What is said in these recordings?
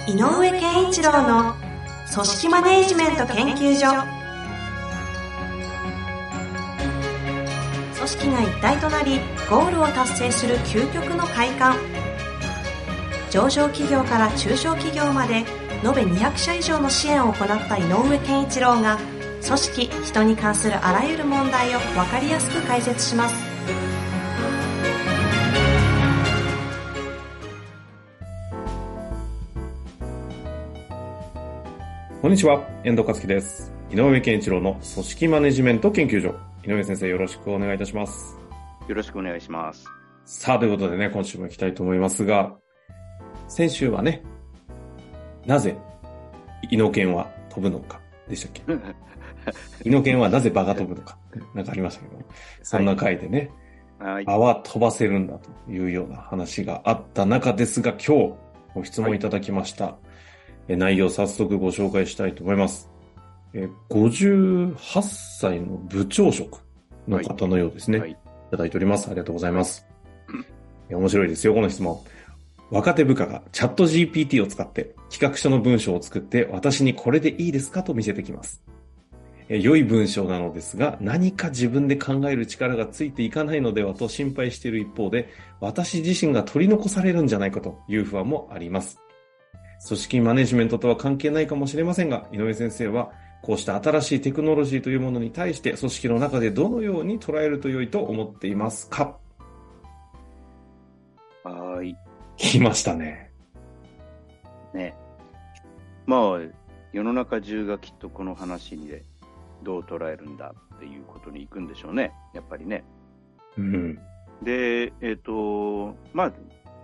井上健一郎の組織マネジメント研究所。組織が一体となりゴールを達成する究極の快感。上場企業から中小企業まで延べ200社以上の支援を行った井上健一郎が、組織・人に関するあらゆる問題を分かりやすく解説します。 こんにちは、遠藤和樹です。井上健一郎の組織マネジメント研究所。井上先生、よろしくお願いいたします。 よろしくお願いします。 さあ、ということでね、今週も行きたいと思いますが、先週はね、なぜ井野犬は飛ぶのかでしたっけ井野犬はなぜ場が飛ぶのかなんかありましたけど、そんな回でね、場は飛ばせるんだというような話があった中ですが、今日ご質問いただきました。内容早速ご紹介したいと思います。58歳の部長職の方のようですね。いただいております。ありがとうございます。面白いですよ、この質問。若手部下がチャット GPT を使って企画書の文章を作って私にこれでいいですかと見せてきます。良い文章なのですが何か自分で考える力がついていかないのではと心配している一方で、私自身が取り残されるんじゃないかという不安もあります。組織マネジメントとは関係ないかもしれませんが、井上先生はこうした新しいテクノロジーというものに対して組織の中でどのように捉えると良いと思っていますか？聞きましたね。 ね。まあ、世の中中がきっとこの話にでどう捉えるんだっていうことに行くんでしょうね。やっぱりね。 うん。 で、まあ、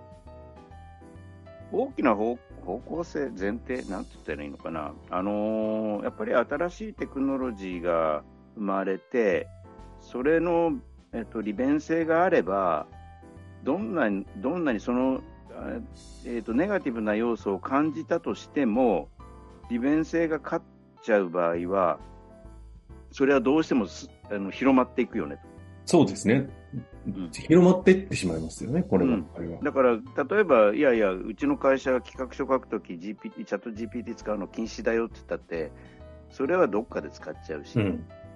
大きな方向性、前提、なんて言ったらいいのかな。やっぱり新しいテクノロジーが生まれて、それの、利便性があれば、どんなにその、ネガティブな要素を感じたとしても、利便性が勝っちゃう場合は、それはどうしても広まっていくよねと。 そうですね。広まっていってしまいますよね、これは。 だから、例えば、いやいや、うちの会社が企画書書くとき、チャット GPT 使うの禁止だよって言ったって、それはどっかで使っちゃうし、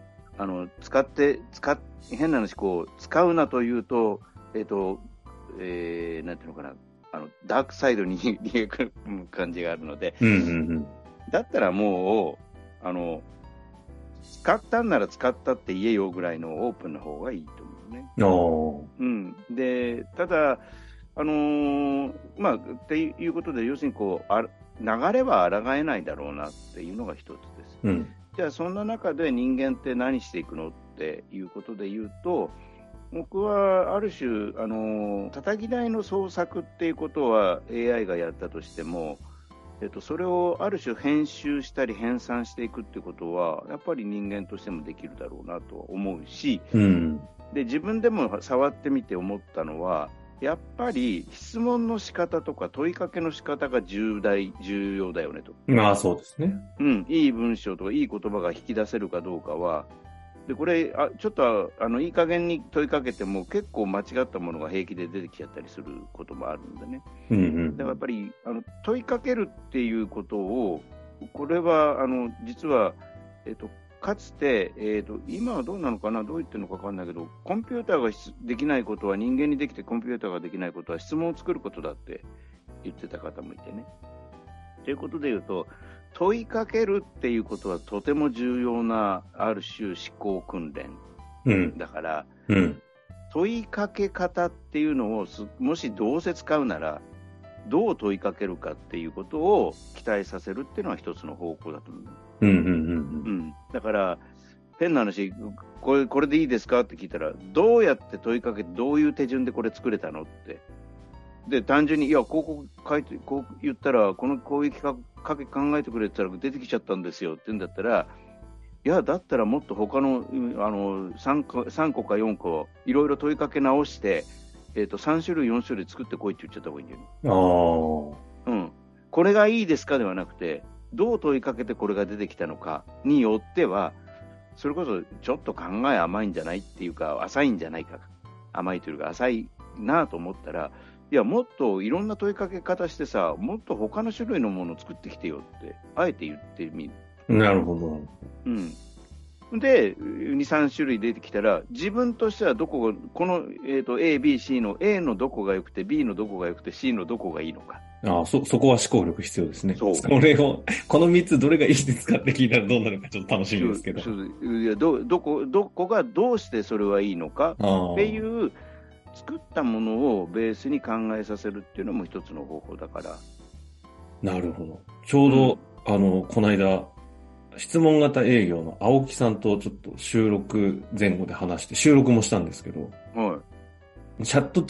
変な話、使うなというと、なんていうのかな、ダークサイドに逃げ込む感じがあるので、だったらもう、使ったんなら使ったって言えよぐらいのオープンな方がいいと思うね。で、ただ、まあ、っていうことで、要するに流れは抗えないだろうなっていうのが一つです。じゃあ、そんな中で人間って何していくのっていうことで言うと、僕はある種、叩き台の創作っていうことは AI がやったとしても、それをある種編集したり編纂していくってことはやっぱり人間としてもできるだろうなと思うし、で自分でも触ってみて思ったのは、やっぱり質問の仕方とか問いかけの仕方が重要だよねと。 まあそうですね。 いい文章とかいい言葉が引き出せるかどうかは、でこれちょっといい加減に問いかけても結構間違ったものが平気で出てきちゃったりすることもあるんでね。だからやっぱり問いかけるっていうことを、これは実は、かつて、今はどうなのかな、どう言ってるのか分かんないけど、コンピューターができないことは人間にできて、コンピューターができないことは質問を作ることだって言ってた方もいてね。ということで言うと、問いかけるっていうことはとても重要なある種思考訓練、だから、問いかけ方っていうのをもしどうせ使うならどう問いかけるかっていうことを期待させるっていうのは一つの方向だと思う。だから変な話、これでいいですかって聞いたら、どうやって問いかけてどういう手順でこれ作れたのって、で単純にいやこう書いてこう言ったらこういう企画考えてくれてたら出てきちゃったんですよって言うんだったら、いやだったらもっと他の3個か4個いろいろ問いかけ直して、3種類4種類作ってこいって言っちゃった方がいいんだよね。これがいいですかではなくて、どう問いかけてこれが出てきたのかによっては、それこそちょっと考え甘いんじゃないっていうか、浅いんじゃないか、甘いというか浅いなと思ったら、 いや、もっといろんな問いかけ方してさ、もっと他の種類のものを作ってきてよって、あえて言ってみる。 なるほど。 うん。で、2、3種類出てきたら、自分としてはどこが、この、A、B、C の A のどこが良くて、B のどこが良くて、C のどこがいいのか。 そこは思考力必要ですね。 そう。 これを、この3つどれがいいですかって聞いたらどうなるかちょっと楽しみですけど。 いやどこがどうしてそれはいいのかっていう、作ったものをベースに考えさせるっていうのも一つの方法だから。 なるほど。ちょうど、この間、質問型営業の青木さんとちょっと収録前後で話して、収録もしたんですけど、 はい。 チャット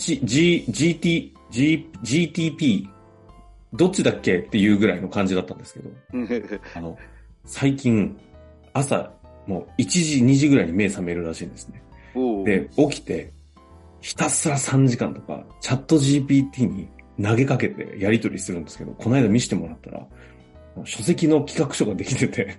GTP、どっちだっけっていうぐらいの感じだったんですけど、最近、朝、もう1時、2時ぐらいに目覚めるらしいんですね。で、起きて、ひたすら3時間とか、チャット GPT に投げかけてやり取りするんですけど、この間見せてもらったら、書籍の企画書ができてて、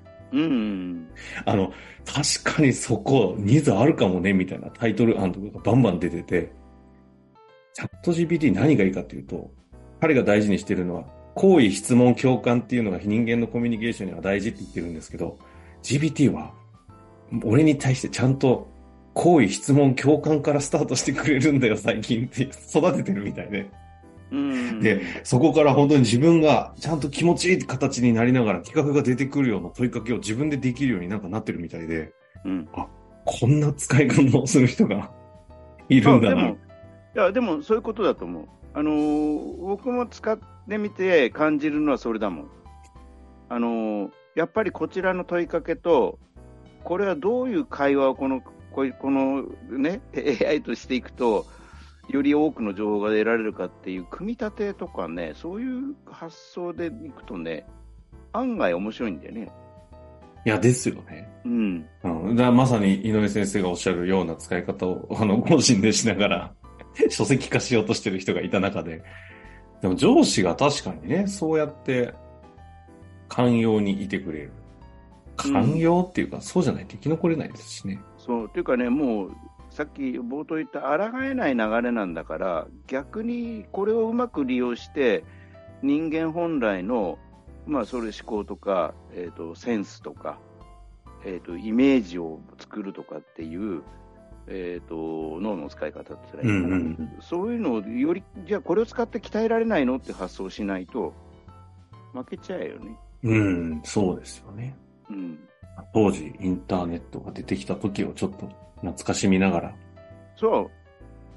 確かにそこ、ニーズあるかもね、みたいなタイトル案とかがバンバン出てて、チャット GPT 何がいいかっていうと、彼が大事にしてるのは、好意、質問、共感っていうのが人間のコミュニケーションには大事って言ってるんですけど、GPT は、俺に対してちゃんと、好意、質問、共感からスタートしてくれるんだよ、最近って育ててるみたいで。で、そこから本当に自分がちゃんと気持ちいい形になりながら企画が出てくるような問いかけを自分でできるようになんかなってるみたいで、こんな使い方をする人がいるんだな。 でもそういうことだと思う。僕も使ってみて感じるのはそれだもん。やっぱりこちらの問いかけと、これはどういう会話をこのね、AI としていくと、より多くの情報が得られるかっていう組み立てとかね、そういう発想でいくとね、案外面白いんだよね。 いや、ですよね。まさに井上先生がおっしゃるような使い方を、ご自身でしながら、書籍化しようとしてる人がいた中で、でも上司が確かにね、そうやって寛容にいてくれる。寛容っていうか、そうじゃないと生き残れないですしね。 そう、っていうかね、もう、さっき冒頭言った抗えない流れなんだから、逆にこれをうまく利用して、人間本来の、それ思考とか、センスとか、イメージを作るとかっていう、脳の使い方って言ったらいいかな、そういうのをより、じゃあこれを使って鍛えられないのって発想しないと、負けちゃうよね。 そうですよね。当時、インターネットが出てきた時をちょっと懐かしみながら。 そう。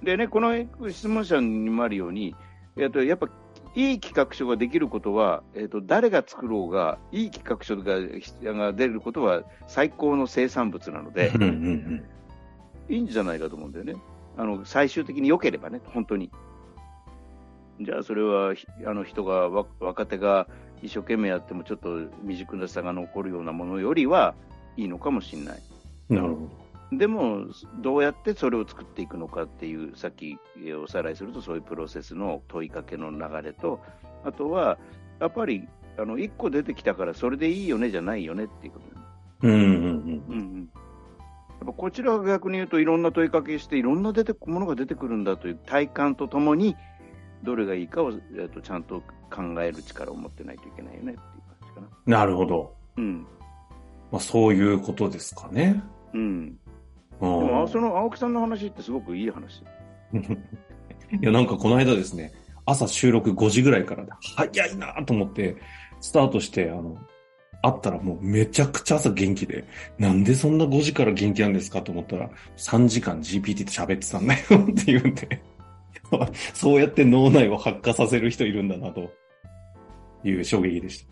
でね、この質問者にもあるように、やっぱいい企画書ができることは、誰が作ろうが、いい企画書が出ることは最高の生産物なので、いいんじゃないかと思うんだよね。最終的に良ければね、本当に。じゃあそれは、若手が一生懸命やってもちょっと未熟な差が残るようなものよりはいいのかもしれない。 なるほど。 でも、どうやってそれを作っていくのかっていう、さっきおさらいすると、そういうプロセスの問いかけの流れと、あとは、やっぱり、1個出てきたからそれでいいよねじゃないよねっていうこと。やっぱこちらが逆に言うと、いろんな問いかけして、いろんなものが出てくるんだという体感とともに、どれがいいかを、ちゃんと考える力を持ってないといけないよねっていう感じかな。 なるほど。そういうことですかね。 でも、その青木さんの話ってすごくいい話。 いや、なんかこの間ですね、朝収録5時ぐらいからで、早いなと思って、スタートして、会ったらもうめちゃくちゃ朝元気で、なんでそんな5時から元気なんですかと思ったら、3時間 GPT と喋ってたんだよって言うんで、そうやって脳内を発火させる人いるんだなという衝撃でした。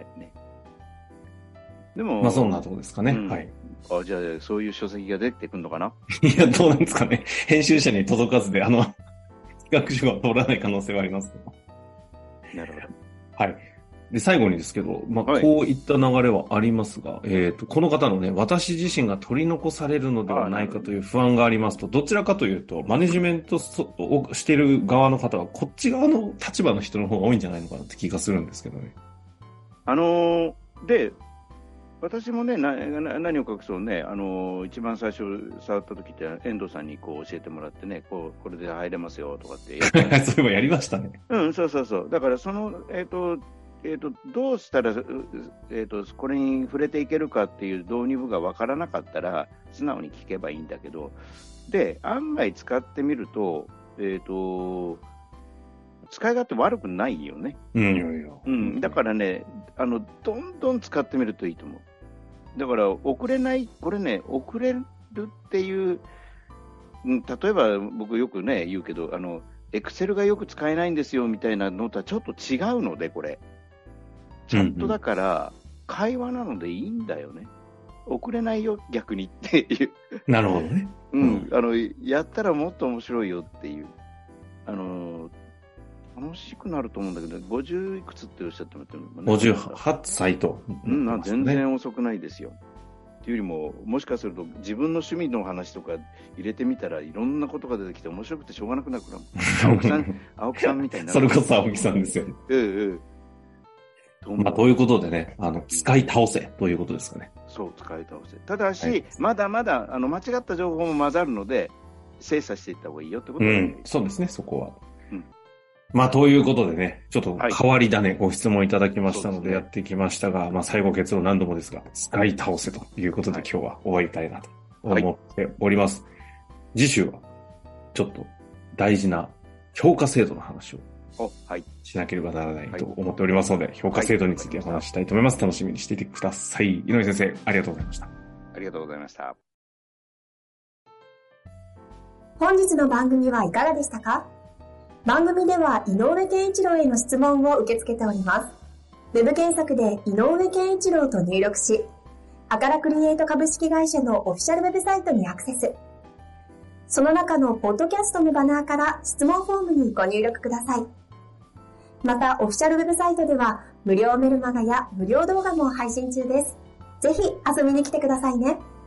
でも、 そんなとこですかね。はい。 じゃあ、そういう書籍が出てくるのかな。 いや、どうなんですかね。編集者に届かずで、企画書が通らない可能性はあります。 なるほど。 はい。で、最後にですけど、こういった流れはありますが、この方のね、私自身が取り残されるのではないかという不安がありますと、どちらかというと、マネジメントをしている側の方は、こっち側の立場の人の方が多いんじゃないのかなって気がするんですけどね。 で、 私もね、何を隠そうね、一番最初触った時って遠藤さんにこう教えてもらってね、これで入れますよとかってそういえばやりましたね。 うん、そう。だからどうしたら、これに触れていけるかっていう導入部が分からなかったら、素直に聞けばいいんだけど、で、案外使ってみると、使い勝手悪くないよね。だからね、どんどん使ってみるといいと思う。だから、遅れるっていう、例えば僕よくね、言うけど、エクセルがよく使えないんですよみたいなのとはちょっと違うので、これ。チャットだから、会話なのでいいんだよね。遅れないよ、逆にっていう。 なるほどね。 やったらもっと面白いよっていう。楽しくなると思うんだけど、50いくつっておっしゃってましたね。 58歳と。 全然遅くないですよ。っていうよりも、もしかすると自分の趣味の話とか入れてみたらいろんなことが出てきて面白くてしょうがなくなるから、青木さんみたいになる。 それこそ青木さんですよね。ということでね、使い倒せということですかね。 そう、使い倒せ。ただし、まだまだ間違った情報も混ざるので、精査していった方がいいよってことですね。 そうですね、そこは。ということでね、ちょっと変わり種ご質問いただきましたのでやってきましたが、最後結論何度もですが、使い倒せということで今日は終わりたいなと思っております。次週は、ちょっと大事な評価制度の話をしなければならないと思っておりますので、評価制度についてお話したいと思います。楽しみにしていてください。井上先生、ありがとうございました。 ありがとうございました。 本日の番組はいかがでしたか？番組では井上健一郎への質問を受け付けております。ウェブ検索で井上健一郎と入力し、アカラクリエイト株式会社のオフィシャルウェブサイトにアクセス。その中のポッドキャストのバナーから質問フォームにご入力ください。また、オフィシャルウェブサイトでは無料メルマガや無料動画も配信中です。ぜひ遊びに来てくださいね。